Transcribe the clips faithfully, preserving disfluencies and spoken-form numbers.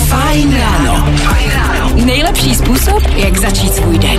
Fajn ráno. Nejlepší způsob, jak začít svůj den.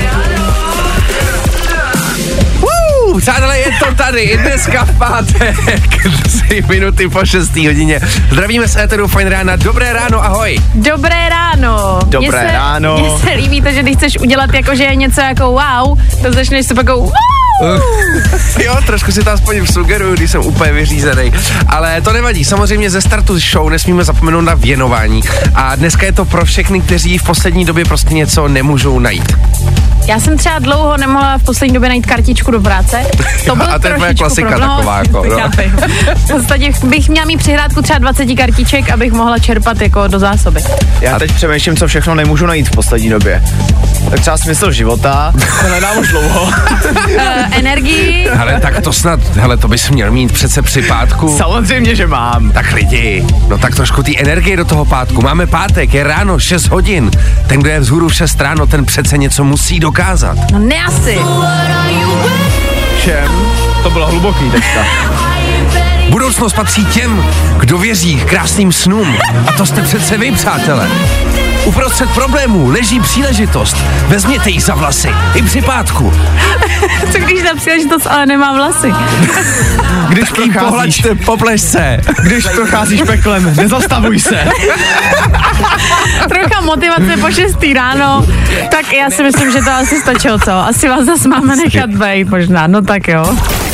Uh, přátelé, je to tady, i dneska v pátek, tři minuty po šesté hodině. Zdravíme z éteru Fajn rána, dobré ráno, ahoj. Dobré ráno. Dobré mně se, ráno. Mně se líbí to, že když chceš udělat jako, že je něco jako wow, to začneš se pak jako wow. Jo, trošku si to aspoň sugeruju, když jsem úplně vyřízený. Ale to nevadí, samozřejmě ze startu show nesmíme zapomenout na věnování. A dneska je to pro všechny, kteří v poslední době prostě něco nemůžou najít. Já jsem třeba dlouho nemohla v poslední době najít kartičku do práce. To byl a to je tvoje klasika problém. taková. Jako, no. V podstatě bych měla mít přihrádku třeba dvacet kartiček, abych mohla čerpat jako do zásoby. Já teď přemýšlím, co všechno nemůžu najít v poslední době. Tak třeba smysl života, to nedám už dlouho. uh, energii. Hele, tak to snad, hele, to bys měl mít přece při pátku. Samozřejmě, že mám. Tak lidi, no tak trošku té energie do toho pátku. Máme pátek, je ráno, šest hodin. Ten, kdo je vzhůru v šest ráno, ten přece něco musí dokázat. No ne asi. Všem, to bylo hluboký teďka. Budoucnost patří těm, kdo věří krásným snům. A to jste přece vy, přátelé. Uprostřed problémů leží příležitost. Vezměte ji za vlasy. I při pátku. Co když ta příležitost ale nemá vlasy? Když Taky pohlaďte po plešce. Když procházíš peklem, nezastavuj se. Trocha motivace po šestý ráno. Tak já si myslím, že to asi stačilo, co? Asi vás zase máme nechat bejt možná. No tak jo.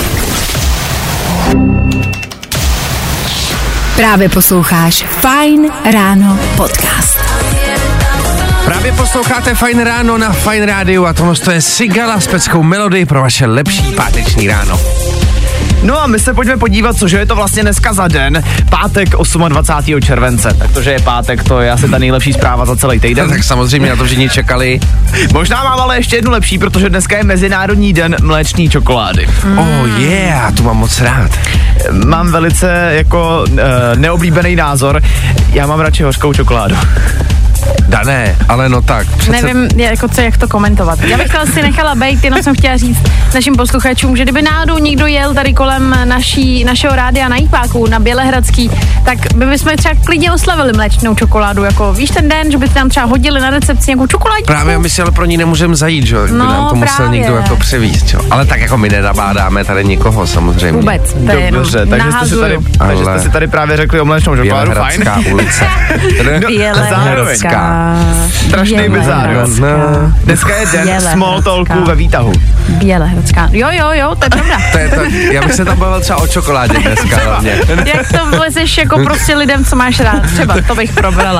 Právě posloucháš Fajn ráno podcast. Právě posloucháte Fajn ráno na Fajn rádiu a tohle je Sigala s peckou melodii pro vaše lepší páteční ráno. No a my se pojďme podívat, cože je to vlastně dneska za den. Pátek dvacátého osmého července. Tak to, že je pátek, to je asi ta nejlepší zpráva za celý týden. No, tak samozřejmě na to všichni čekali. Možná mám ale ještě jednu lepší, protože dneska je Mezinárodní den mléčné čokolády. Mm. Oh yeah, tu mám moc rád. Mám velice jako uh, neoblíbený názor. Já mám radši hořkou čokoládu. Dané, ale no tak. Přece... Nevím, jako co, jak to komentovat. Já bych to asi nechala bejt, jenom jsem chtěla říct našim posluchačům, že kdyby náhodou někdo jel tady kolem naší, našeho rádia na Jípáku, na Bělehradský, tak by bychom třeba klidně oslavili mléčnou čokoládu, jako víš ten den, že by nám třeba hodili na recepci nějakou čokoládu. Právě my si ale pro ní nemůžeme zajít, že? By no, nám to musel právě. někdo jako přivízt, jo? Ale tak jako my nenabádáme tady nikoho, samozřejmě. Vůbec, to je jenom Dobře, takže jste, si tady, Ale... takže jste si tady právě řekli o mléčnou čokoládu, fajn. Bělehradská ulice. Bělehradská. Strašný bizár. No. Dneska je den small talku ve výtahu. Bělehradská. Jo, jo, jo, to je pravda. To je to, já bych se tam bavil třeba o čokoládě dneska hlavně. Jak to vlezeš jako prostě lidem, co máš rád. Třeba, to bych probrala.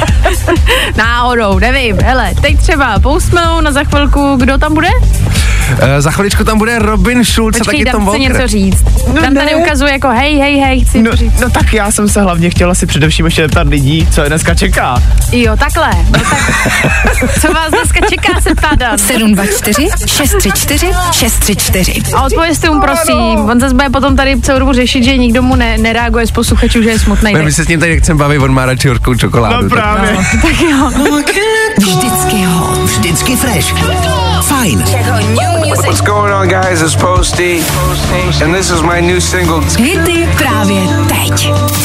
Náhodou, nevím. Hele, teď třeba pousmou na za chvilku, kdo tam bude? Uh, za chviličku tam bude Robin Schulz a taky Tom Walker. Walker. něco říct. No tam tady ne. ukazuje jako hej, hej, hej, chci No, říct. no tak já jsem se hlavně chtěla si především ještě zeptat lidí, co je dneska čeká. Jo, takhle. No tak, co vás dneska čeká, se ptá Dan. sedm dva čtyři šest tři čtyři šest tři čtyři. A odpovězte mu, prosím. On zase bude potom tady celou dobu řešit, že nikdo mu ne, nereaguje z posluchačů, že je smutnej. My se s ním tady nechcem bavit, on má radši horkou čokoládu. No právě. No, tak jo. Vždycky hot, vždycky fresh. Fajn. What's going on, guys? It's Posty, and this is my new single. Hity právě teď.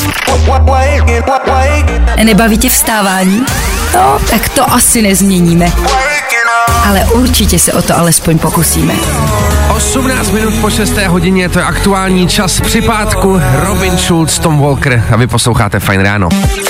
Nebaví tě vstávání? No, tak to asi nezměníme. Ale určitě se o to alespoň pokusíme. osmnáct minut po šesté hodině, to je aktuální čas při pátku. Robin Schulz, Tom Walker a vy posloucháte Fajn ráno.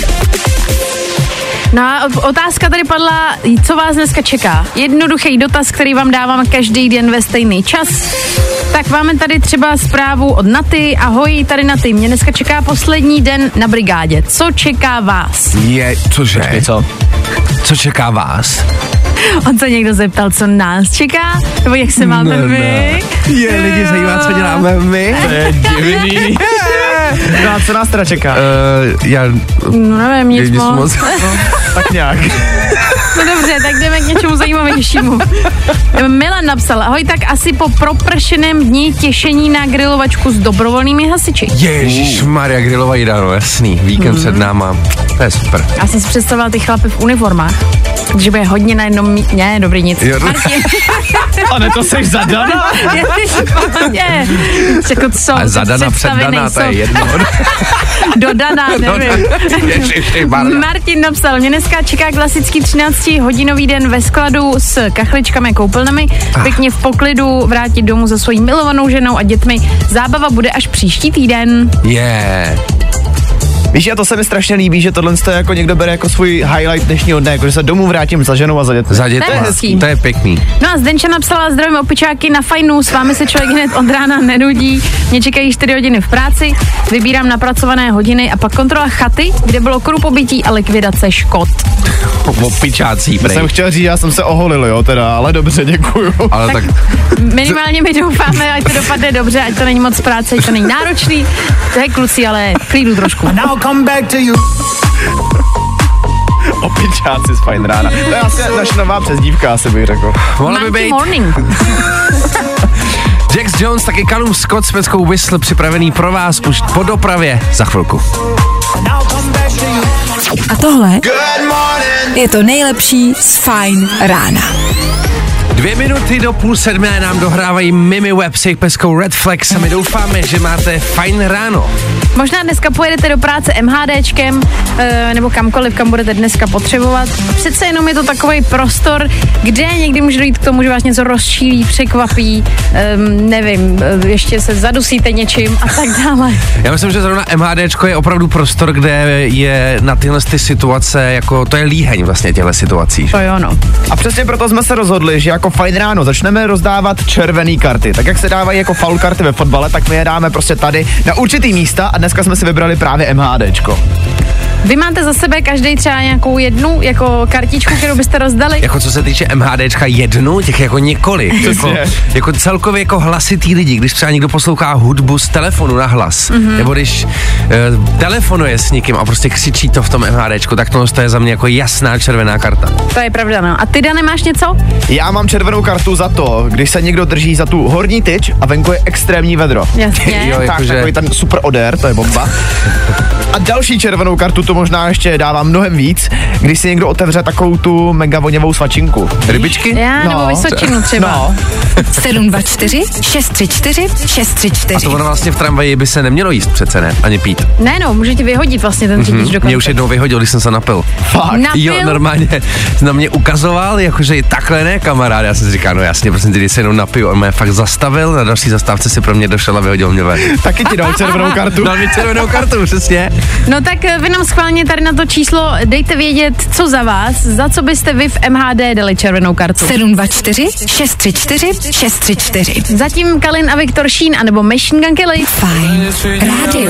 No a otázka tady padla, co vás dneska čeká. Jednoduchý dotaz, který vám dávám každý den ve stejný čas. Tak máme tady třeba zprávu od Naty. Ahoj, tady Naty. Mě dneska čeká poslední den na brigádě. Co čeká vás? Je, cože? Počkej, co? Co čeká vás? On se někdo zeptal, co nás čeká? Nebo jak se máme Ne, my? ne. Je, lidi zajímá, co děláme my? To je divný. No a co nás teda čeká? Uh, já... No nevím, nic nic moc. moc. No, tak nějak. No dobře, tak jdeme k něčemu zajímavějšímu. Milan napsal, ahoj, tak asi po propršeném dni těšení na grilovačku s dobrovolnými hasiči. Ježišmarja, grilová jídla, no jasný, víkend mm. před náma. To je super. Já jsem si představila ty chlapy v uniformách. Takže bude hodně na jednom mí... Ne, dobrý, nic. Jo, no. Martin. A ne, to seš Zadana? Ne, jako co? A Zadana, předdana, to je jedno. Dodaná, nevím. Ježiši, Martin napsal, mě dneska čeká klasický třináctihodinový den ve skladu s kachličkami a koupelnami, pěkně v poklidu vrátit domů se svojí milovanou ženou a dětmi. Zábava bude až příští týden. Je. Yeah. Víš, a to se mi strašně líbí, že tohle to jako někdo bere jako svůj highlight dnešního dne, jako že se domů vrátím za ženou a za dětmi. Za dětmi, to je, to je pěkný. No a Zdenča napsala, zdravím opičáky na fajnu, s vámi se člověk hned od rána nenudí, mě čekají čtyři hodiny v práci, vybírám napracované hodiny a pak kontrola chaty, kde bylo krupobytí a likvidace škod. Opičácí, prej. Jsem chtěl říct, já jsem se oholil, jo, teda, ale dobře, děkuju. Ale tak, tak... minimálně my doufáme, ať to dopadne dobře, ať to není moc práce, ať to není náročný, to je kluci, ale klidu trošku. Opičáci z Fajn rána. To je asi naše nová přezdívka, asi bych řekl. Mohla by být. Morning. Jax Jones, taky Callum Scott s peckou Whistle připravený pro vás už po dopravě za chvilku. A tohle je to nejlepší z Fajn rána. Dvě minuty do půl sedmé nám dohrávají Mimi Web s jejich peskou Red Flags a my doufáme, že máte fajn ráno. Možná dneska pojedete do práce MHDčkem e, nebo kamkoliv, kam budete dneska potřebovat. Přece jenom je to takový prostor, kde někdy může dojít k tomu, že vás něco rozčílí, překvapí, e, nevím, e, ještě se zadusíte něčím a tak dále. Já myslím, že zrovna MHDčko je opravdu prostor, kde je na tyhle ty situace, jako to je líheň vlastně těchto situací. To jo, no. A přesně proto jsme se rozhodli, že jako Fajn ráno začneme rozdávat červený karty. Tak jak se dávají jako faul karty ve fotbale, tak my je dáme prostě tady na určitý místa a dneska jsme si vybrali právě MHDčko. Vy máte za sebe každý třeba nějakou jednu jako kartičku, kterou byste rozdali? Jako co se týče MHDčka jednu, těch jako několik. jako, jako celkově jako hlasitý lidi, když třeba někdo poslouchá hudbu z telefonu na hlas, mm-hmm. nebo když uh, telefonuje s někým a prostě křičí to v tom MHDčku, tak to je za mě jako jasná červená karta. To je pravda, no. A ty, Dane, máš něco? Já mám červenou kartu za to, když se někdo drží za tu horní tyč a venku je extrémní vedro. Jasně. jo, tak, že... takový ten super odér, to je bomba. A další červenou kartu, to možná ještě dává mnohem víc, když si někdo otevře takovou tu mega voněvou svačinku. Rybičky? Já, no. nebo Vysočinu třeba. No. sedm dva čtyři šest tři čtyři šest tři čtyři. A to ono vlastně v tramvaji by se nemělo jíst přece, ne? Ani pít. Ne, no, může ti vyhodit vlastně ten řidič mm-hmm. dokonce. Mě už jednou vyhodil, když jsem se napil. Fakt? Napil? Jo, normálně na mě ukazoval, jakože takhle ne, kamarád. Já jsem si říkal, no jasně, prostě když se jenom napiju. On mě fakt zastavil, na další zastávce si pro mě došel a vyhodil mě ven. Taky ti dal červenou kartu. Dal mi červenou kartu, přesně. No tak vy nám schválně tady na to číslo dejte vědět, co za vás, za co byste vy v M H D dali červenou kartu. sedm dva čtyři šest tři čtyři šest tři čtyři. Zatím Kalin a Viktor Šín anebo Machine Gun Kelly. Fajn rádio.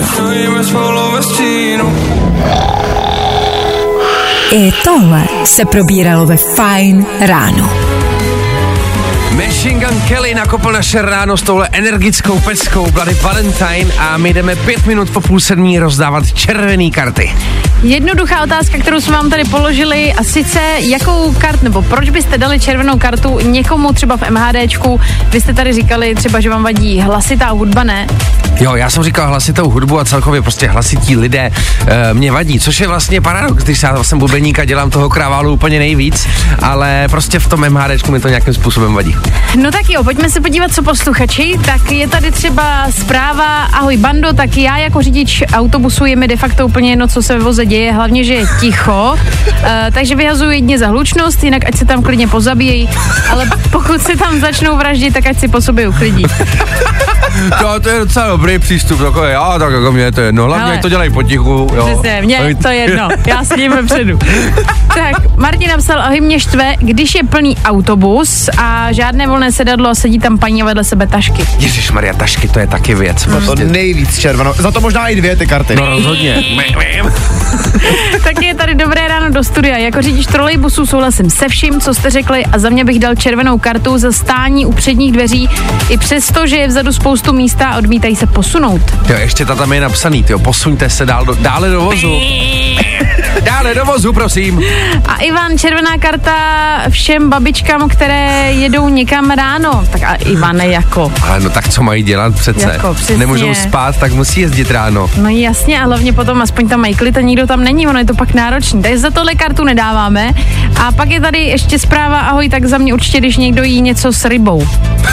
I tohle se probíralo ve Fajn ráno. Machine Gun Kelly nakopl naše ráno s touhle energickou peckou Bloody Valentine a my jdeme pět minut po půl sedmí rozdávat červený karty. Jednoduchá otázka, kterou jsme vám tady položili, a sice jakou kart, nebo proč byste dali červenou kartu někomu třeba v MHDčku? Vy jste tady říkali třeba, že vám vadí hlasitá hudba, ne? Jo, já jsem říkal hlasitou hudbu a celkově prostě hlasití lidé e, mě vadí, což je vlastně paradox, když já jsem bubeník a dělám toho kraválu úplně nejvíc, ale prostě v tom MHDčku mi to nějakým způsobem vadí. No tak jo, pojďme se podívat, co posluchači. Tak je tady třeba zpráva, ahoj bando, tak já jako řidič autobusu je mi de facto úplně jedno, co se ve voze děje, hlavně, že je ticho, uh, takže vyhazuju jedně za hlučnost, jinak ať se tam klidně pozabíjejí, ale pokud se tam začnou vraždit, tak ať si po sobě uklidí. To, to je docela dobrý přístup, takový, já, tak jako mě to je jedno, hlavně jak to dělají potichu, jo. Přesně, mně to je jedno, já s ním vepředu. Tak, Martin napsal, ahoj, mě štve, když je plný autobus a žádné volné sedadlo a sedí tam paní vedle sebe tašky. Ježišmarja, tašky, to je taky věc. Za to nejvíc červenou, za to možná i dvě ty karty. No rozhodně. Tak je tady dobré ráno do studia. Jako řidič trolejbusu souhlasím se vším, co jste řekli, a za mě bych dal červenou kartu za stání u předních dveří, i přesto, že je vzadu spoustu místa a odmítají se posunout. Jo, ještě ta tam je napsaný, tyjo, posuňte se dál do, dále do vozu. Dále do vozu, prosím. A Ivan, červená karta všem babičkám, které jedou někam ráno. Tak a Ivane jako. Ale no tak co mají dělat přece? Jako, přesně. Nemůžou spát, tak musí jezdit ráno. No jasně, a hlavně potom aspoň tam mají klid a nikdo tam není, ono je to pak náročný. Takže za tohle kartu nedáváme. A pak je tady ještě zpráva, ahoj, tak za mě určitě, když někdo jí něco s rybou.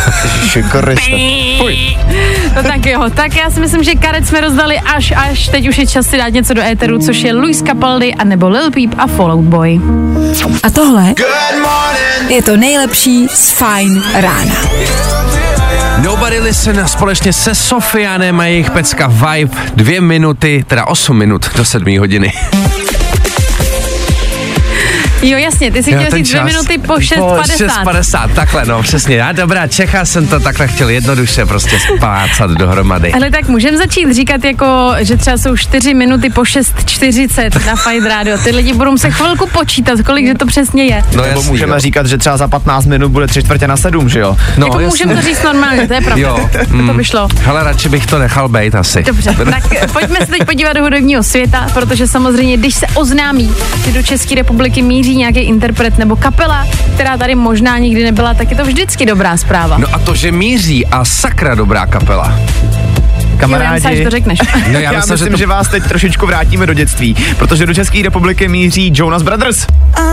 No tak jo, tak já si myslím, že karet jsme rozdali až až. Teď už je čas si dát něco do éteru, což je Luis Capaldi a nebo Lil Peep a Fallout Boy. A tohle je to nejlepší z Fajn rána. Nobody Listen společně se Sofianem a jejich pecka Vibe. Dvě minuty, teda osm minut do sedmé hodiny. Jo, jasně, ty si chtěl říct dvě minuty po šest padesát. šest padesát, takhle, no, přesně. Já dobrá, Čechá jsem to takhle chtěl jednoduše prostě spácat dohromady. Ale tak můžeme začít říkat jako, že třeba jsou čtyři minuty po šest čtyřicet na Fajn rádio. Ty lidi budou se chvilku počítat, kolik že to přesně je. No nebo jasný, můžeme jo. říkat, že třeba za patnáct minut bude tři čtvrtě na sedm, že jo? No, jako můžeme to říct normálně, to je pravda. Jo, mm. To by šlo. Hele, radši bych to nechal bejt asi. Dobře, tak pojďme se teď podívat do hudebního světa, protože samozřejmě, když se oznámí, že do České republiky míří nějaký interpret nebo kapela, která tady možná nikdy nebyla, tak je to vždycky dobrá zpráva. No a to, že míří a sakra dobrá kapela. Kamarádi, jo, já to řekneš. No, já, já myslím, že, to... že vás teď trošičku vrátíme do dětství, protože do České republiky míří Jonas Brothers.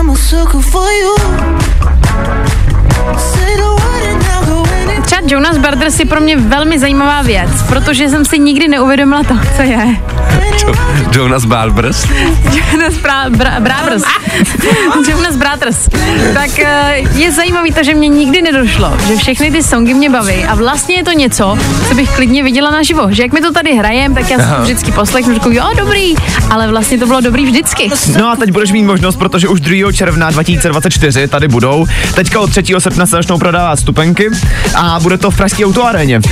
Třeba Jonas Brothers je pro mě velmi zajímavá věc, protože jsem si nikdy neuvědomila to, co je. Jonas Brothers? Jonas Bra- Bra- Brothers. Jonas Brothers. Tak je zajímavý to, že mě nikdy nedošlo, že všechny ty songy mě baví a vlastně je to něco, co bych klidně viděla naživo. Že jak mi to tady hrajem, tak já si to vždycky poslechnu, řeknu, jo, dobrý, ale vlastně to bylo dobrý vždycky. No a teď budeš mít možnost, protože už druhého června dva tisíce dvacet čtyři tady budou. Teďka od třetího srpna se začnou prodávat stupenky a bude to v pražské autoaréně.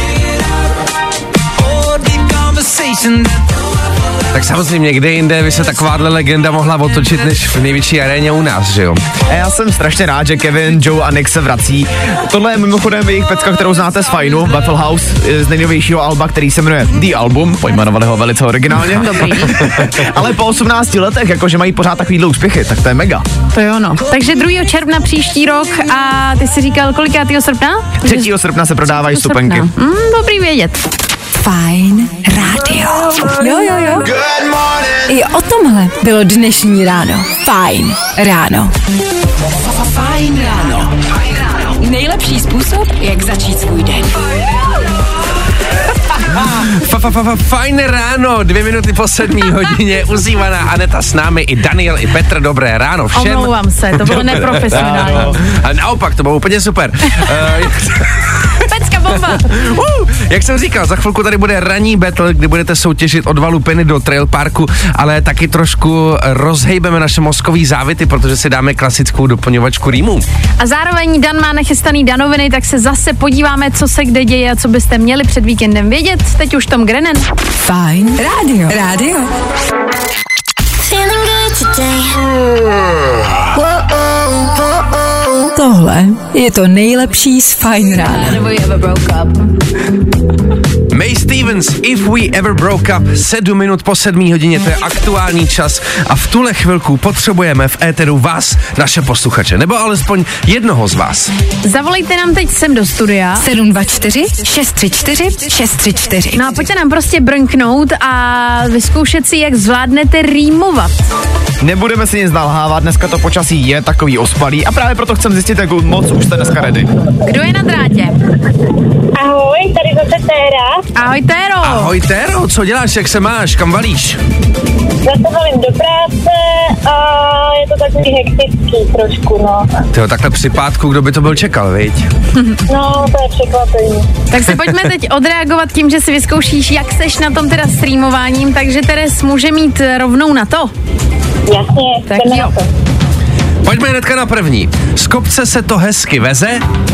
Tak samozřejmě, kde jinde by se takováhle legenda mohla otočit než v největší aréně u nás, že jo? A já jsem strašně rád, že Kevin, Joe a Nick se vrací. Tohle je mimochodem jejich pecka, kterou znáte z Fajnu, Waffle House, z nejnovějšího alba, který se jmenuje The Album, pojmenovali ho velice originálně. Dobrý. Ale po osmnácti letech, jakože mají pořád takovýhle úspěchy, tak to je mega. To jo, no. Takže druhého června příští rok a ty jsi říkal, kolikátýho srpna? třetího srpna se prodávají stupenky. Mm, dobrý vědět. Fajn rádio. Jo, jo, jo. I o tomhle bylo dnešní ráno. Fajn ráno. Fajn ráno. Nejlepší způsob, jak začít svůj den. Fa, fa, fa, fa, fajn ráno, dvě minuty po sedmí hodině, uzývaná Aneta s námi, i Daniel, i Petr, dobré ráno všem. Omlouvám se, to bylo neprofesionální. A naopak, to bylo úplně super. Pecka bomba. Uh, jak jsem říkal, za chvilku tady bude ranní battle, kdy budete soutěžit od Valupiny do Trail Parku, ale taky trošku rozhejbeme naše mozkový závity, protože si dáme klasickou doplňovačku rýmů. A zároveň Dan má nachystaný danoviny, tak se zase podíváme, co se kde děje a co byste měli před víkendem vědět. Teď už Tom Grennan. Fajn rádio. Rádio. Tohle je to nejlepší z Fajn rána. May Stevens, If We Ever Broke Up, sedm minut po sedmý hodině, to je aktuální čas a v tuhle chvilku potřebujeme v éteru vás, naše posluchače, nebo alespoň jednoho z vás. Zavolejte nám teď sem do studia. sedm dva čtyři šest tři čtyři šest tři čtyři. No a pojďte nám prostě brnknout a vyzkoušet si, jak zvládnete rýmovat. Nebudeme si nic nalhávat, dneska to počasí je takový ospalý a právě proto chcem zjistit, jak moc už jste dneska ready. Kdo je na drátě? Ahoj, tady zase Téra. Ahoj Téro. Ahoj Téro, co děláš, jak se máš, kam valíš? Zase valím do práce a je to takový hektický trošku, no. Tyjo, takhle při pátku, kdo by to byl čekal, viď? No, to je překvapení. Tak se pojďme teď odreagovat tím, že si vyzkoušíš, jak seš na tom teda streamováním, takže Teres může mít rovnou na to. Jasně, tak jdeme jo. na to. Pojďme hnedka na první. Z kopce se to hezky veze?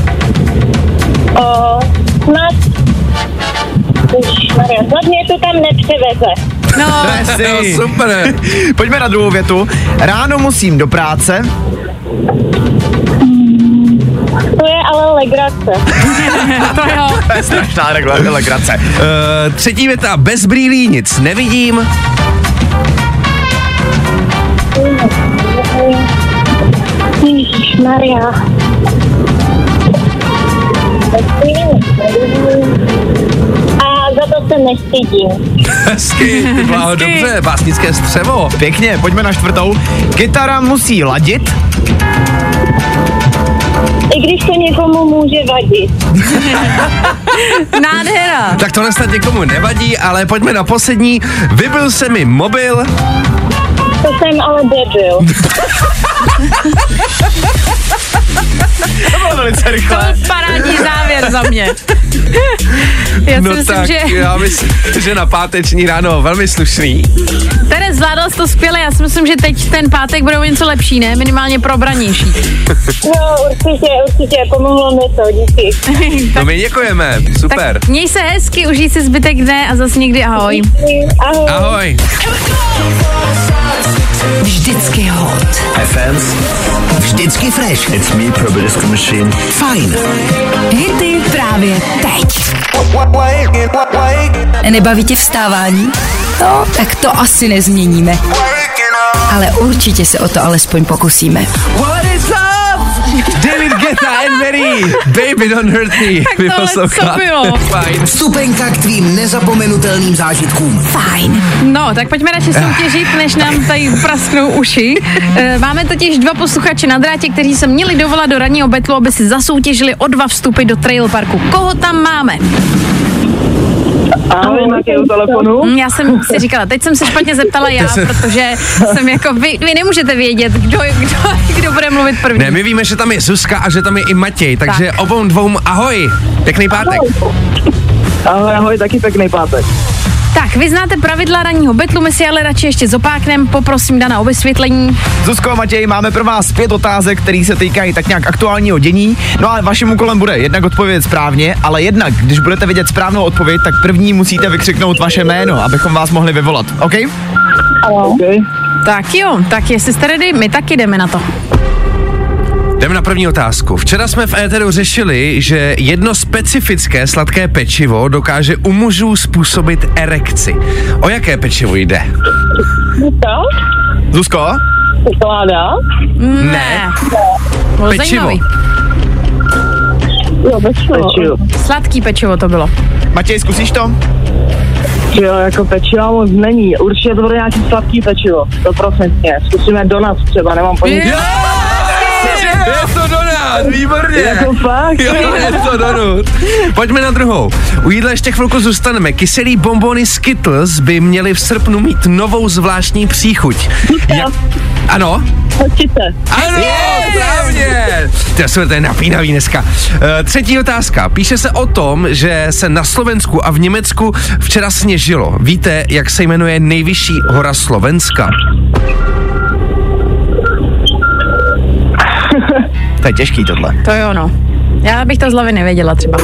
O, snad... Ježišmarja, snad mě to tam nepřeveze. No, No, super. Pojďme na druhou větu. Ráno musím do práce. To je ale legrace. to jo. To je strašná legrace. Uh, třetí věta. Bez brýlí nic nevidím. Ježišmarja. A za to se nestydím. Hezky, ty bláho, dobře, básnické střevo. Pěkně, pojďme na čtvrtou. Kytara musí ladit. I když to někomu může vadit. Nádhera. Tak tohle snad někomu nevadí, ale pojďme na poslední. Vybil se mi mobil. To jsem ale debil. To bylo velice rychle. To parádní závěr za mě. Já No si myslím, tak, že... já myslím, že na páteční ráno velmi slušný. Teres, zvládal jsi to skvěle, já si myslím, že teď ten pátek bude o něco lepší, ne? Minimálně probranější. No, určitě, určitě, pomohlo mi to, díky. No my děkujeme, super. Tak měj se hezky, užij si zbytek dne a zas někdy ahoj. Ahoj. Ahoj. Vždycky hot. F M, vždycky fresh. It's me, Purple Disco Machine. Fajn. Hity právě teď. Nebaví tě vstávání? No, tak to asi nezměníme. Ale určitě se o to alespoň pokusíme. What is up? David Guetta and Mary. Baby, don't hurt me. Tak tohle co bylo? Fajn. Vstupenka k tvým nezapomenutelným zážitkům. Fajn. No, tak pojďme radši soutěžit, než nám tady prasknou uši. E, máme totiž dva posluchače na drátě, kteří se měli dovolat do ranního betlu, aby si zasoutěžili o dva vstupy do Trail Parku. Koho tam máme? Ahoj, máte u telefonu? Já jsem si říkala, teď jsem se špatně zeptala já, protože jsem jako, vy, vy nemůžete vědět, kdo, kdo, kdo bude mluvit první. Ne, my víme, že tam je Zuzka a že tam je i Matěj, takže Tak. obou dvou ahoj. Pěkný pátek. Ahoj, ahoj, taky pěkný pátek. Tak, vy znáte pravidla ranního betlu, my si ale radši ještě zopáknem, poprosím Dana o vysvětlení. Zuzko a Matěj, máme pro vás pět otázek, které se týkají tak nějak aktuálního dění. No a vaším úkolem bude jednak odpovědět správně, ale jednak, když budete vědět správnou odpověď, tak první musíte vykřiknout vaše jméno, abychom vás mohli vyvolat. OK? Okay. Tak jo, tak jestli jste ready, my taky jdeme na to. Jdeme na první otázku. Včera jsme v éteru řešili, že jedno specifické sladké pečivo dokáže u mužů způsobit erekci. O jaké pečivo jde? Co? Zuzko? Čokoláda? Ne. Bylo Pečivo. zajímavý. Jo, pečivo. Sladký pečivo to bylo. Matěj, zkusíš to? Jo, jako pečivo moc není. Určitě to bude nějaký sladký pečivo. To procentně. Zkusíme donut třeba, nemám ponětí. Jo. Je to donut, výborně. Jako fakt? Jo, je to donut. Pojďme na druhou. U jídla ještě chvilku zůstaneme. Kyselý bonbony Skittles by měly v srpnu mít novou zvláštní příchuť. Ja- ano? Hočice. Ano, správně. To je napínavý dneska. Uh, třetí otázka. Píše se o tom, že se na Slovensku a v Německu včera sněžilo. Víte, jak se jmenuje nejvyšší hora Slovenska? To je těžký tohle. To jo, no. Já bych to z hlavy nevěděla třeba.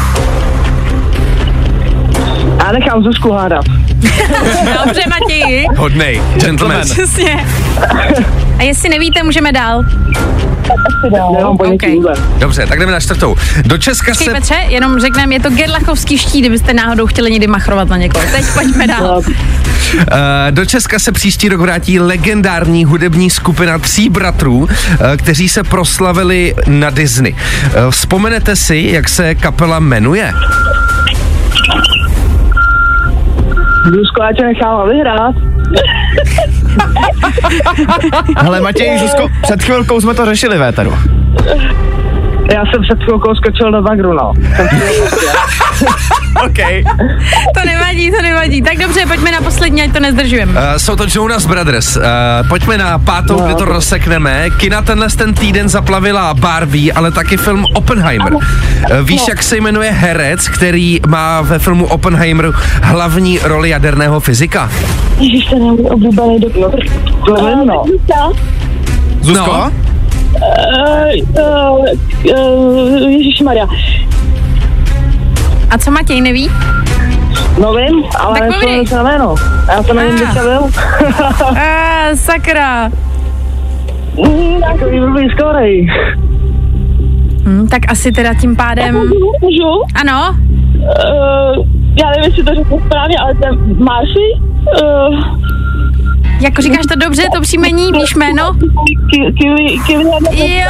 Já nechám Zuzku hádat. Dobře, Matěji. Hodnej, gentleman. Přesně. A jestli nevíte, můžeme dál. Nemám ponětí Okay. vůbec. Dobře, tak jdeme na čtvrtou. Do Česka Počkej, se... Petře, jenom řekneme, je to Gerlachovský štít, kdybyste náhodou chtěli někdy machrovat na někoho. Teď pojďme dál. Uh, do Česka se příští rok vrátí legendární hudební skupina tří bratrů, uh, kteří se proslavili na Disney. Uh, vzpomenete si, jak se kapela jmenuje? Zuzko, já tě nechám vyhrát. Hele Matěj, Zuzko, před chvilkou jsme to řešili v éteru. Já jsem před chvilkou skočil do bagru, no. OK. To nevadí, to nevadí. Tak dobře, pojďme na poslední, ať to nezdržujeme. Uh, jsou to Jonas Brothers. Uh, pojďme na pátou, No. kde to rozsekneme. Kina tenhle ten týden zaplavila Barbie, ale taky film Oppenheimer. Uh, víš, jak se jmenuje herec, který má ve filmu Oppenheimer hlavní roli jaderného fyzika? Ježiš, to je můj oblíbený doktor. To vím, no. Zuzko? No. Uh, uh, uh, Ježišmarja. A co Matěj neví? No vím, ale Tak to povídej. je jméno. Já to nevím, Ah. kde jsem byl. A, sakra. Takový blbý skorej. Hm, tak asi teda tím pádem... Můžu? Můžu? Ano? Uh, já nevím, jestli to řeknu správně, ale ten Marši? Uh, Jako říkáš to dobře, to příjmení, víš jméno? Jo.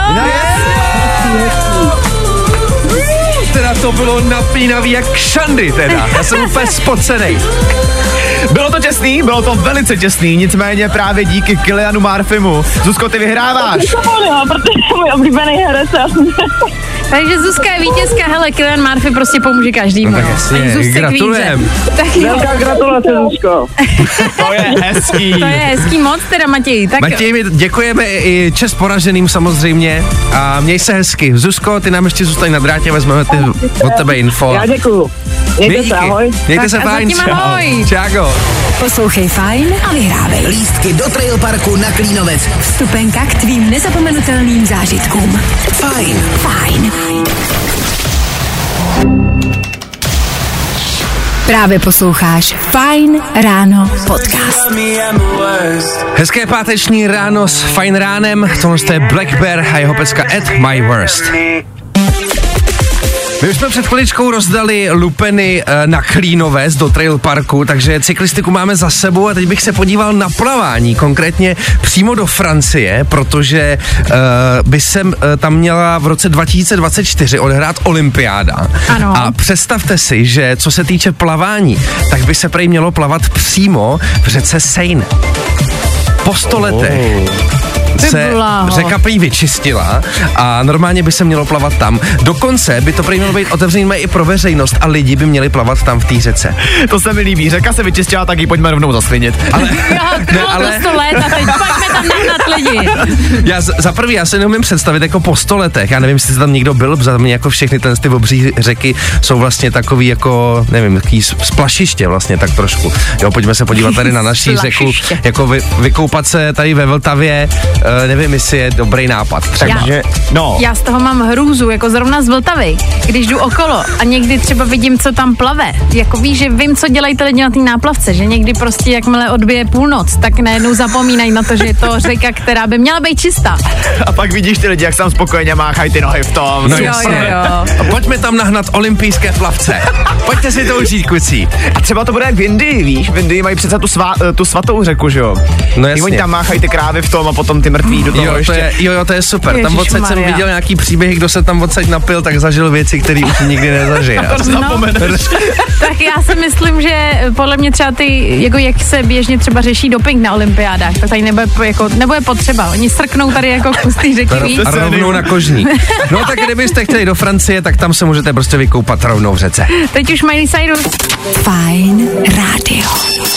Teda to bylo napínavý jak šandy teda. Já jsem úplně spocenej. Bylo to těsný, bylo to velice těsný, nicméně právě díky Kylianu Murphymu. Zuzko, ty vyhráváš. Protože je můj oblíbený herec. Takže Zuzka je vítězka, hele, Kylian Murphy prostě pomůže každému. No tak jasně, gratulujem. Velká gratulace, Zuzko. To je hezký. To je hezký moc teda, Matěj. Tak... Matěj, my děkujeme i čest poraženým samozřejmě a měj se hezky. Zuzko, ty nám ještě zůstaň na drátě, vezmeme ty od tebe info. Já děkuju. Mějte se, ahoj. Mějte Tak se a fajn. zatím ahoj. Čáko. Poslouchej Fajn a vyhrávej. Lístky do Trail Parku na Klínovec. Vstupenka k tvým nezapomenutelným zážitkům. Fajn. Fajn. Právě posloucháš Fajn ráno podcast. Hezké páteční ráno s Fajn ránem. Tohle je Black Bear a jeho pecka At My Worst. My už jsme před chviličkou rozdali lupeny na Klínovec do Trail Parku, takže cyklistiku máme za sebou a teď bych se podíval na plavání, konkrétně přímo do Francie, protože uh, by se uh, tam měla v roce dva tisíce dvacet čtyři odehrát olympiáda. Ano. A představte si, že co se týče plavání, tak by se prej mělo plavat přímo v řece Seine. Po sto letech. Se řeka prý vyčistila a normálně by se mělo plavat tam. Dokonce by to prý mělo být otevřené i pro veřejnost a lidi by měli plavat tam v té řece. To se mi líbí, řeka se vyčistila, tak ji pojďme rovnou zaslinit. Ale, ne, ale... to sto let a teď pojďme tam nahnat lidi. Já za prvý, já se neumím představit jako po sto letech, já nevím, jestli tam někdo byl, za mě jako všechny ten, ty obří řeky jsou vlastně takový jako, nevím, takový splašiště vlastně tak trošku. Jo, pojďme se podívat tady na naší řeku, jako vy, vykoupat se tady ve Vltavě, Uh, nevím, jestli je dobrý nápad. Takže, no. Já z toho mám hrůzu, jako zrovna z Vltavy, když jdu okolo a někdy třeba vidím, co tam plave. Jako víš, že vím, co dělají ty lidi na té náplavce, že někdy prostě jakmile odbije půlnoc, tak najednou zapomínají na to, že je to řeka, která by měla být čistá. A pak vidíš ty lidi, jak tam spokojeně máchají ty nohy v tom. No jo, jo, jo. A pojďme tam nahnat olympijské plavce. Pojďte si to užít, kucí. A třeba to bude jak v Indii, víš? V Indii mají přece tu, svá, tu svatou řeku, že jo? No jasně. Oni tam máchají ty krávy v tom a potom ty mrtví do toho jo, ještě. To je, jo, jo, to je super. Tam odsaď jsem viděl nějaký příběh, kdo se tam odsaď napil, tak zažil věci, které už nikdy nezažije. No, tak já si myslím, že podle mě třeba ty, jako jak se běžně třeba řeší doping na olympiádách, tak tady nebude, jako, nebude potřeba. Oni srknou tady jako kusty řeky, víc. A rovnou na kožní. No tak kdybyste chtěli do Francie, tak tam se můžete prostě vykoupat rovnou v řece. Teď už Miley Cyrus. Fajn rádio.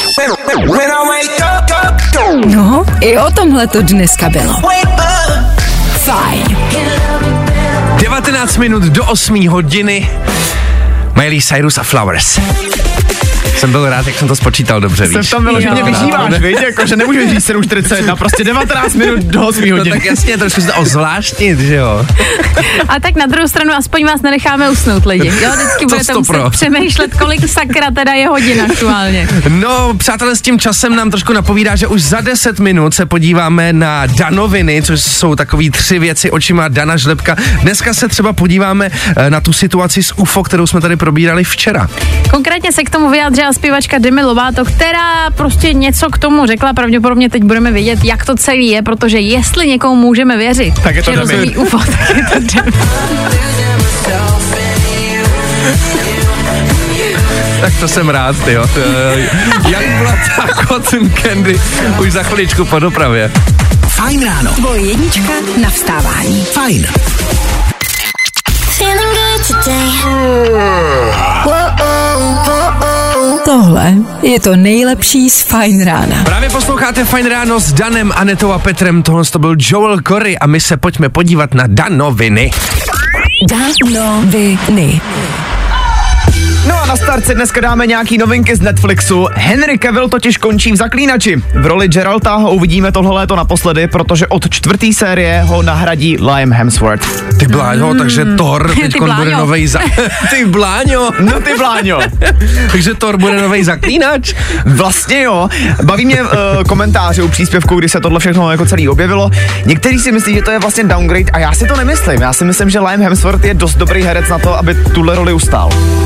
No, i o tomhle to dneska bylo. Fajn. devatenáct minut do osmé hodiny. Miley Cyrus a Flowers. Jsem byl rád, jak jsem to spočítal dobře, víš. Jsem tam byl, že mě vyžíváš, víš, jako, že nemůžeš říct sedm čtyřicet jedna, prostě devatenáct minut do osmé hodiny. No tak jasně, trošku se to ozvláštnit, že jo. A tak na druhou stranu aspoň vás nenecháme usnout, lidi. Jo, vždycky budete muset přemýšlet, kolik sakra teda je hodin aktuálně. No, přátelé, s tím časem nám trošku napovídá, že už za deset minut se podíváme na danoviny, což jsou takový tři věci očima Dana Žlebka. Dneska se třeba podíváme na tu situaci s U F O, kterou jsme tady probírali včera. Konkrétně se k tomu vyjádřila zpěvačka Demi Lovato, která prostě něco k tomu řekla. Pravděpodobně teď budeme vědět, jak to celý je, protože jestli někomu můžeme věřit, tak je to že rozumí U F O, tak je to Demi. Tak to jsem rád, tyjo. Jak byla ta Cotton Candy už za chviličku po dopravě. Fajn ráno. Tvoje jednička na vstávání. Fajn. Tohle je to nejlepší z Fajn rána. Právě posloucháte Fajn ráno s Danem, Anetou a Petrem. Tohle to byl Joel Corey a my se pojďme podívat na danoviny. Danoviny. No a na start si dneska dáme nějaký novinky z Netflixu. Henry Cavill totiž končí v Zaklínači. V roli Geralta ho uvidíme tohle léto naposledy, protože od čtvrtý série ho nahradí Liam Hemsworth. Ty bláňo, mm. takže Thor teďkon bude novej za... Ty bláňo. No ty bláňo. Takže Thor bude novej Zaklínač? Vlastně jo. Baví mě uh, komentáře u příspěvku, kdy se tohle všechno jako celý objevilo. Někteří si myslí, že to je vlastně downgrade a já si to nemyslím. Já si myslím, že Liam Hemsworth je dost dobrý herec na to, aby tuhle roli ustál.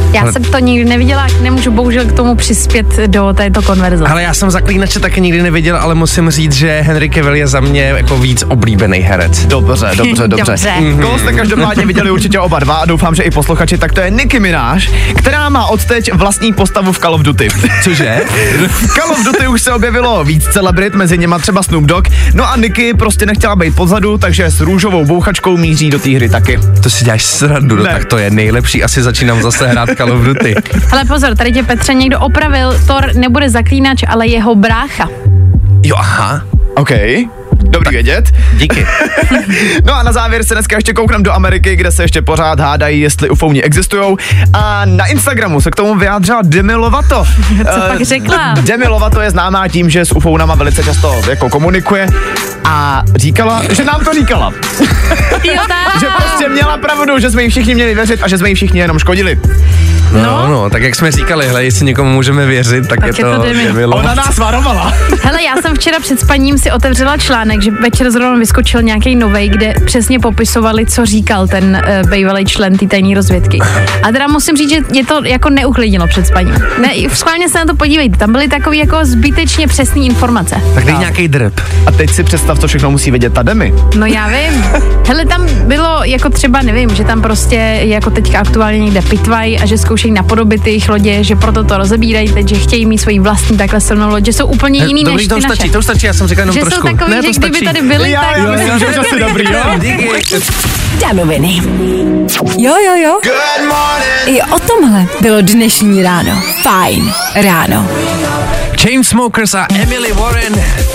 Já ale... jsem to nikdy neviděla, nemůžu bohužel k tomu přispět do této konverze. Ale já jsem Zaklínače taky nikdy neviděl, ale musím říct, že Henry Cavill je za mě jako víc oblíbený herec. Dobře, dobře, dobře. Dobře. Mm-hmm. Koho jste každopádně viděli určitě oba dva a doufám, že i posluchači, tak to je Nicki Minaj, která má odteď vlastní postavu v Call of Duty. Cože? V Call of Duty už se objevilo víc celebrit, mezi něma třeba Snoop Dogg, no a Nicki prostě nechtěla být podzadu, takže s růžovou bouchačkou míří do té hry taky. To si děláš srandu, no, tak to je nejlepší, asi začínám zase hrát Call of Duty. Ale pozor, tady tě Petře někdo opravil, Thor nebude Zaklínač, ale jeho brácha. Jo, aha. OK. Dobrý vědět. Díky. No a na závěr se dneska ještě koukneme do Ameriky, kde se ještě pořád hádají, jestli ufouni existujou. A na Instagramu se k tomu vyjádřila Demi Lovato. Co pak řekla? Demi Lovato je známá tím, že s ufounama velice často jako komunikuje a říkala, že nám to říkala. Jo, že prostě měla pravdu, že jsme jí všichni měli věřit a že jsme jí všichni jenom škodili. No, no, no, tak jak jsme říkali, hele, jestli někomu můžeme věřit, tak, tak je, je to Demi Lovato. Ona nás varovala. Hele, já jsem včera před spaním si otevřela článek, že večer zrovna vyskočil nějaký novej, kde přesně popisovali, co říkal ten uh, bývalý člen té tajné rozvědky. A teda musím říct, že je to jako neuklidnilo před spaním. Ne, schválně se na to podívejte, tam byly takový jako zbytečně přesné informace. Tak dej nějaký drb. A teď si představ, co všechno musí vědět ta Demi. No já vím. Hele, tam bylo jako třeba, nevím, že tam prostě jako teďka aktuálně někde pitvají a že zkoušejí napodobit jejich lodě, že proto to rozebírají teď, že chtějí mít svoji vlastní takhle silnou loď, že jsou úplně jiný Dobrý, než to ty stačí, naše. to stačí, já jsem říkal jenom že trošku. Jsou takový, ne, že kdyby tady byli, já, tak... Já myslím, že už asi dobrý, jo? Díky. Danoviny. Jo, jo, jo. Good morning. I o tomhle bylo dnešní ráno. Fajn ráno. Chainsmokers a Emily Warren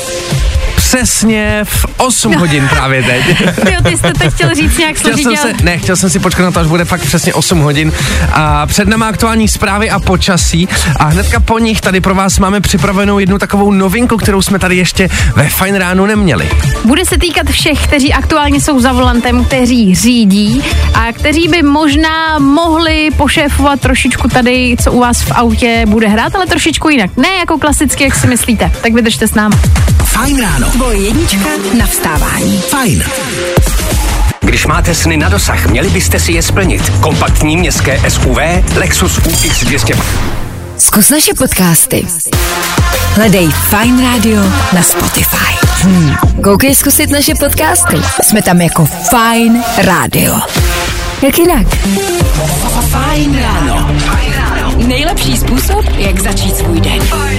přesně v osm hodin právě teď. Jo, ty jste to chtěl říct nějak složitě. Chtěl jsem se, ne, chtěl jsem si počkat na to, až bude fakt přesně osm hodin. A před náma aktuální zprávy a počasí. A hnedka po nich tady pro vás máme připravenou jednu takovou novinku, kterou jsme tady ještě ve Fajn ránu neměli. Bude se týkat všech, kteří aktuálně jsou za volantem, kteří řídí a kteří by možná mohli pošéfovat trošičku tady, co u vás v autě bude hrát, ale trošičku jinak. Ne jako klasicky, jak si myslíte. Tak vydržte s námi. Fajn ráno. Tvoje jednička na vstávání. Fajn. Když máte sny na dosah, měli byste si je splnit. Kompaktní městské S U V Lexus U X dvě stě. Zkus naše podcasty. Hledej Fajn Radio na Spotify. Hmm. Koukej zkusit naše podcasty. Jsme tam jako Fajn Radio. Jak jinak? Fajn ráno. Nejlepší způsob, jak začít svůj den.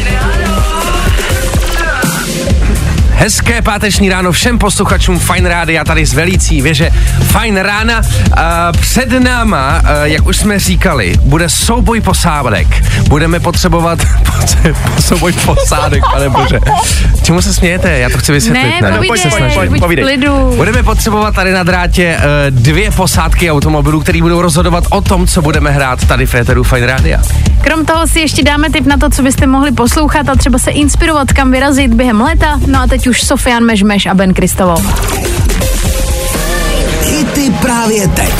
Hezké páteční ráno všem posluchačům Fajn Rádia, tady z Velící věže Fajn rána. Uh, před náma, uh, jak už jsme říkali, bude souboj posádek. Budeme potřebovat souboj posádek, pane bože. Čemu se smějete? Já to chci vysvětlit. Ne, ne? povídej, Se snažím. buď v klidu. Budeme potřebovat tady na drátě uh, dvě posádky automobilů, které budou rozhodovat o tom, co budeme hrát tady v éteru Fajn Rádia. Krom toho si ještě dáme tip na to, co byste mohli poslouchat a třeba se inspirovat, kam vyrazit během léta. No a teď už Sofian Mežmeš a Ben Kristovou. Hity právě teď.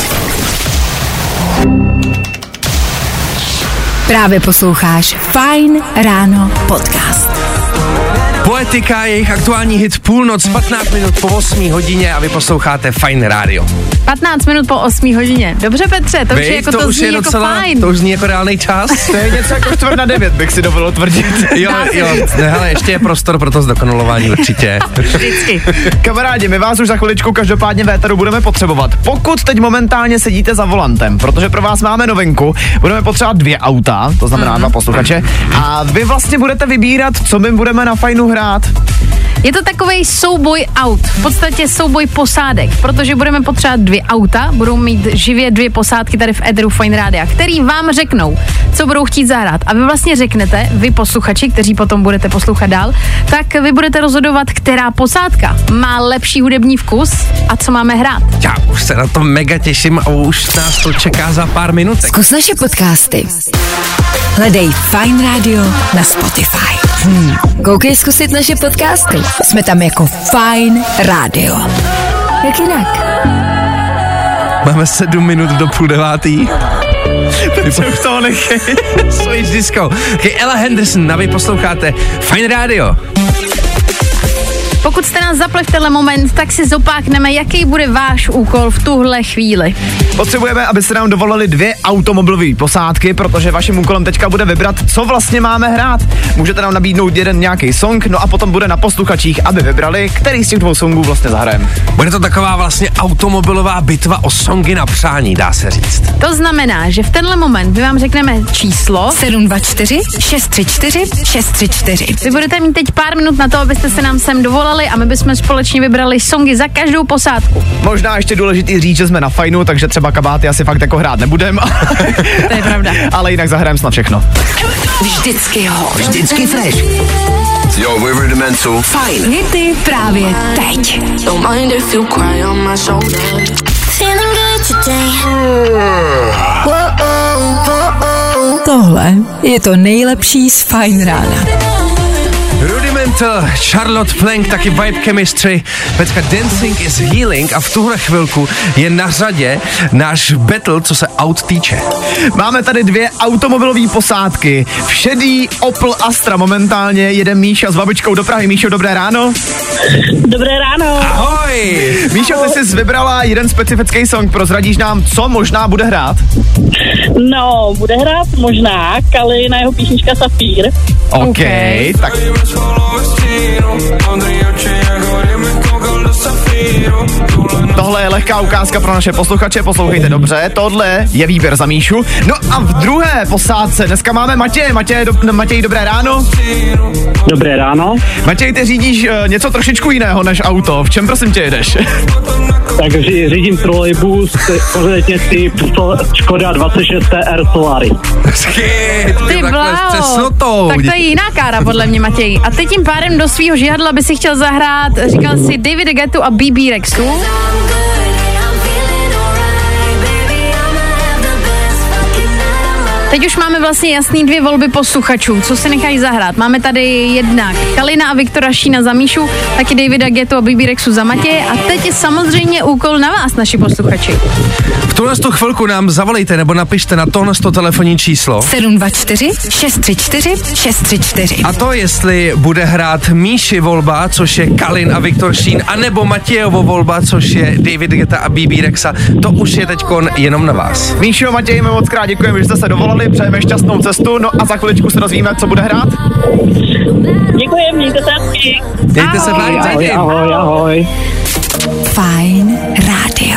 Právě posloucháš Fajn ráno podcast. Poetika, jejich aktuální hit Půlnoc, patnáct minut po osmé hodině a vy posloucháte Fajn rádio. patnáct minut po osmé hodině. Dobře, Petře, to už je jako to, to už zní je jako docela, fajn. To už zní jako reálný čas. To je něco jako čtvrt na devět, bych si dovolil tvrdit. Jo, jo, ne, hele, ještě je prostor pro to zdokonalování určitě. Vždycky. Kamarádi, my vás už za chviličku každopádně v éteru budeme potřebovat. Pokud teď momentálně sedíte za volantem, protože pro vás máme novinku, budeme potřebovat dvě auta, to znamená mm-hmm. dva posluchače, a vy vlastně budete vybírat, co my budeme na Fajnu hrát. Je to takovej souboj aut, v podstatě souboj posádek, protože budeme potřebovat dvě auta, budou mít živě dvě posádky tady v éteru Fajn Rádia, který vám řeknou, co budou chtít zahrát. A vy vlastně řeknete, vy posluchači, kteří potom budete poslouchat dál, tak vy budete rozhodovat, která posádka má lepší hudební vkus a co máme hrát. Já už se na to mega těším a už nás to čeká za pár minutek. Zkus naše podcasty. Hledej Fajn Radio na Spotify. Hmm. Koukej zkusit naše podcasty. Jsme tam jako Fajn Radio. Jak jinak? Máme sedm minut do půl devátý. Co už toho nechej. Switch Disco. Okay, Ella Henderson, a vy posloucháte Fajn Radio. Pokud jste nás zapli v tenhle moment, tak si zopákneme, jaký bude váš úkol v tuhle chvíli. Potřebujeme, abyste nám dovolili dvě automobilové posádky, protože vaším úkolem teďka bude vybrat, co vlastně máme hrát. Můžete nám nabídnout jeden nějaký song, no a potom bude na posluchačích, aby vybrali, který z těch dvou songů vlastně zahrajeme. Bude to taková vlastně automobilová bitva o songy na přání, dá se říct. To znamená, že v tenhle moment my vám řekneme číslo sedm dva čtyři šest tři čtyři šest tři čtyři. Vy budete mít teď pár minut na to, abyste se nám sem dovolali a my bychom společně vybrali songy za každou posádku. Možná ještě důležitý říct, že jsme na fajnu, takže třeba kabáty asi fakt jako hrát nebudem. To je pravda. Ale jinak zahrajeme snad všechno. Vždycky ho. Vždycky fresh. Yo, we're rudimental. Fajn. Hity právě teď. Tohle je to nejlepší z Fajn rána. Rudimental, Charlotte Plank, taky Vibe Chemistry, Petka Dancing is Healing a v tuhle chvilku je na řadě náš battle, co se aut týče. Máme tady dvě automobilové posádky. V šedý Opel Astra momentálně jede Míša s babičkou do Prahy. Míšo, dobré ráno. Dobré ráno. Ahoj! Míšo, ty jsi vybrala jeden specifický song, prozradíš nám, co možná bude hrát? No, bude hrát možná Kali na jeho písnička Safír. OK, Okay. tak tohle je lehká ukázka pro naše posluchače, poslouchejte dobře, tohle je výběr za Míšu. No a v druhé posádce dneska máme Matěje. Matěj, do, Matěj, dobré ráno. Dobré ráno. Matěj, ty řídíš uh, něco trošičku jiného než auto, v čem prosím tě jedeš? Tak řídím trolejbus, konkrétně typ Škoda dvacet šest T R Solari. Schyt, Ty bláho, tak to je jiná kára podle mě, Matěj. A teď tím pádem do svýho žihadla by si chtěl zahrát, říkal si Davida Guettu a B B Rexu. Teď už máme vlastně jasný dvě volby posluchačů, co si nechají zahrát. Máme tady jednak Kalina a Viktora Šína za Míšu, taky Davida Guettu a B B Rexu za Matěje a teď je samozřejmě úkol na vás, naši posluchači. V tuhle tu chvilku nám zavolejte nebo napište na tohle telefonní číslo sedm dva čtyři šest tři čtyři šest tři čtyři. a to jestli bude hrát Míši volba, což je Kalin a Viktor Šín, anebo Matějovo volba, což je David Guetta a B B Rexa, to už je teďkon jenom na vás. Míšo, Matěj, my moc krát děkujeme, že jste se dovolali, přejeme šťastnou cestu, no a za chviličku se dozvíme, co bude hrát. Děkuji, mějte se hezky. Mějte se Ahoj, fajn, ahoj, ahoj. Fajn rádio.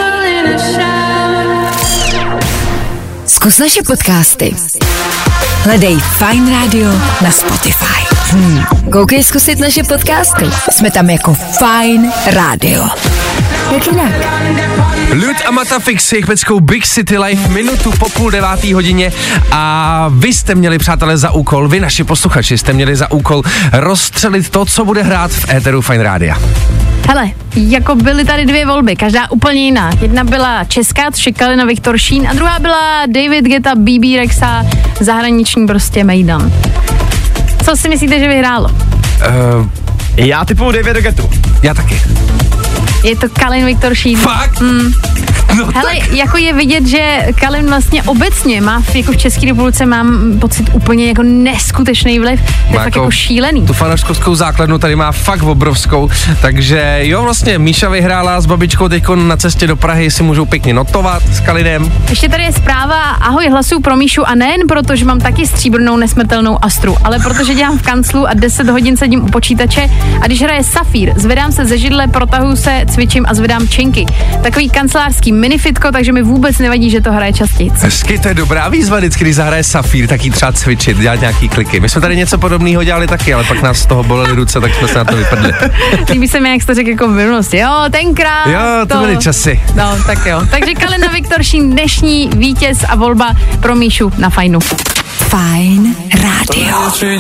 Zkus naše podcasty. Hledej Fajn rádio na Spotify. Hmm. Koukej zkusit naše podcasty. Jsme tam jako Fajn rádio. Jak jinak? Lud a Matafix s jejich peckou Big City Life minutu po půl devátý hodině a vy jste měli, přátelé, za úkol, vy naši posluchači jste měli za úkol rozstřelit to, co bude hrát v éteru Fajn rádia. Hele, jako byly tady dvě volby, každá úplně jiná. Jedna byla česká, což je Kalina Viktor Šín a druhá byla David Guetta, B B Rexa, zahraniční prostě mejdan. Co si myslíte, že vyhrálo? Uh, Já typuju Davida Guettu. já taky. Je to Kalin Viktor Šín. Fakt? Mm. No Hele, tak. jako je vidět, že Kalin vlastně obecně má, v, jako v České republice mám pocit úplně jako neskutečný vliv. To je Má fakt jako šílený. Tu fanouškovskou základnu tady má fakt obrovskou, takže jo, vlastně Míša vyhrála s babičkou teďko na cestě do Prahy, si můžou pěkně notovat s Kalinem. Ještě tady je zpráva, ahoj, hlasuju pro Míšu a nejen proto, že mám taky stříbrnou nesmrtelnou Astru, ale protože dělám v kanclu a deset hodin sedím u počítače a když hraje Safír, zvedám se ze židle, protahuju se, cvičím a zvedám činky. Takový kancelářský minifitko, takže mi vůbec nevadí, že to hraje častěji. Hezky, to je dobrá výzva, vždycky, když zahraje Safír, tak jí třeba cvičit, dělat nějaký kliky. My jsme tady něco podobného dělali taky, ale pak nás z toho bolely ruce, tak jsme se na to vypadli. Líbí se mi, jak jsi to řekl jako v minulosti. Jo, tenkrát. Jo, to byly časy. No, tak jo. Takže Kalina Viktor Šín, dnešní vítěz a volba pro Míšu na Fajnu. Fajn rádio.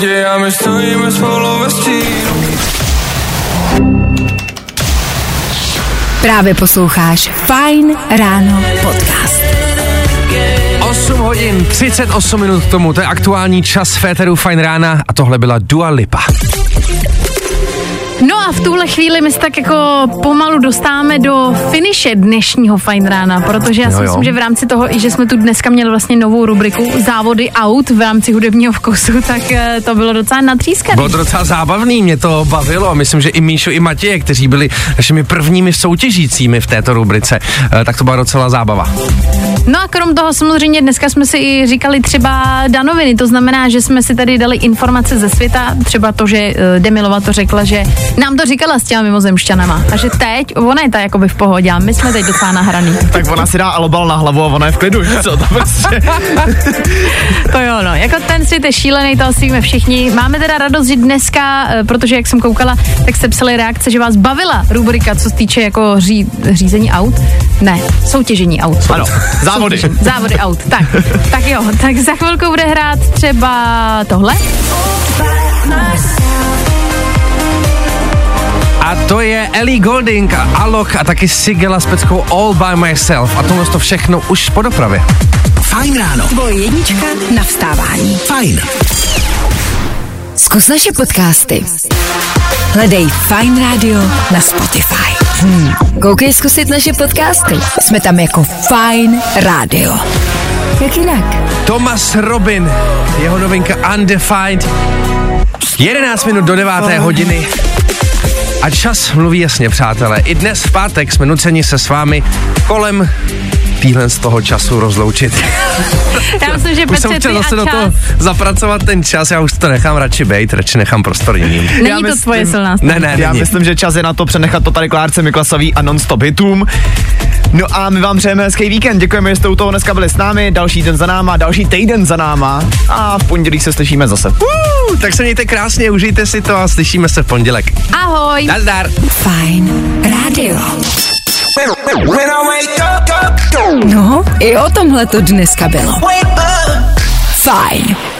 Právě posloucháš Fajn ráno podcast. osm hodin, třicet osm minut k tomu, to je aktuální čas v éteru Fajn rána a tohle byla Dua Lipa. No a v tuhle chvíli my se tak jako pomalu dostáváme do finiše dnešního Fajn rána, protože já si jo, myslím, jo. že v rámci toho, i že jsme tu dneska měli vlastně novou rubriku Závody aut v rámci hudebního vkusu, tak to bylo docela natřískaný. Bylo to docela zábavný, mě to bavilo. Myslím, že i Míšu, i Matěje, kteří byli našimi prvními soutěžícími v této rubrice, tak to byla docela zábava. No a krom toho samozřejmě dneska jsme si i říkali třeba danoviny, to znamená, že jsme si tady dali informace ze světa, třeba to, že Demilova to řekla, že nám to říkala s těma mimozemšťanama a že teď, ona je ta jakoby v pohodě a my jsme teď docela nahraný. Tak ona si dá alobal na hlavu a ona je v klidu, že co to prostě. To jo, no, jako ten svět je šílený, to asi víme všichni. Máme teda radost, že dneska, protože jak jsem koukala, tak jste psali reakce, že vás bavila rubrika, co se týče jako ří, řízení aut. Ne, soutěžení aut. Ano, závody. Soutěžení, závody aut, tak, tak jo, tak za chvilku bude hrát třeba tohle. A to je Ellie Goulding a Alok a taky Sigela s peckou All by Myself. A tohle to všechno už po dopravě. Fajn ráno. Tvoje jednička na vstávání. Fajn. Zkus naše podcasty. Hledej Fajn Radio na Spotify. Hmm. Koukej zkusit naše podcasty. Jsme tam jako Fajn Radio. Jak jinak? Thomas Robin, jeho novinka Undefined. jedenáct minut do deváté hodiny. A čas mluví jasně, přátelé. I dnes v pátek jsme nuceni se s vámi kolem týhle z toho času rozloučit. Já myslím, že už jsem Petře, chtěl ty zase a do toho čas. zapracovat ten čas, já už to nechám radši bejt, radši nechám prostor jiným. Není Já to myslím- tvoje silná strana. Ne, ne, Já není. myslím, že čas je na to přenechat to tady Klárce Miklasový a non-stop hitům. No a my vám přejeme hezký víkend, děkujeme, že jste u toho dneska byli s námi, další den za náma, další týden za náma a v pondělí se slyšíme zase. Uh, tak se mějte krásně, užijte si to a slyšíme se v pondělek. Ahoj. Nazdar. Fajn Radio. No, i o tomhle to dneska bylo. Fajn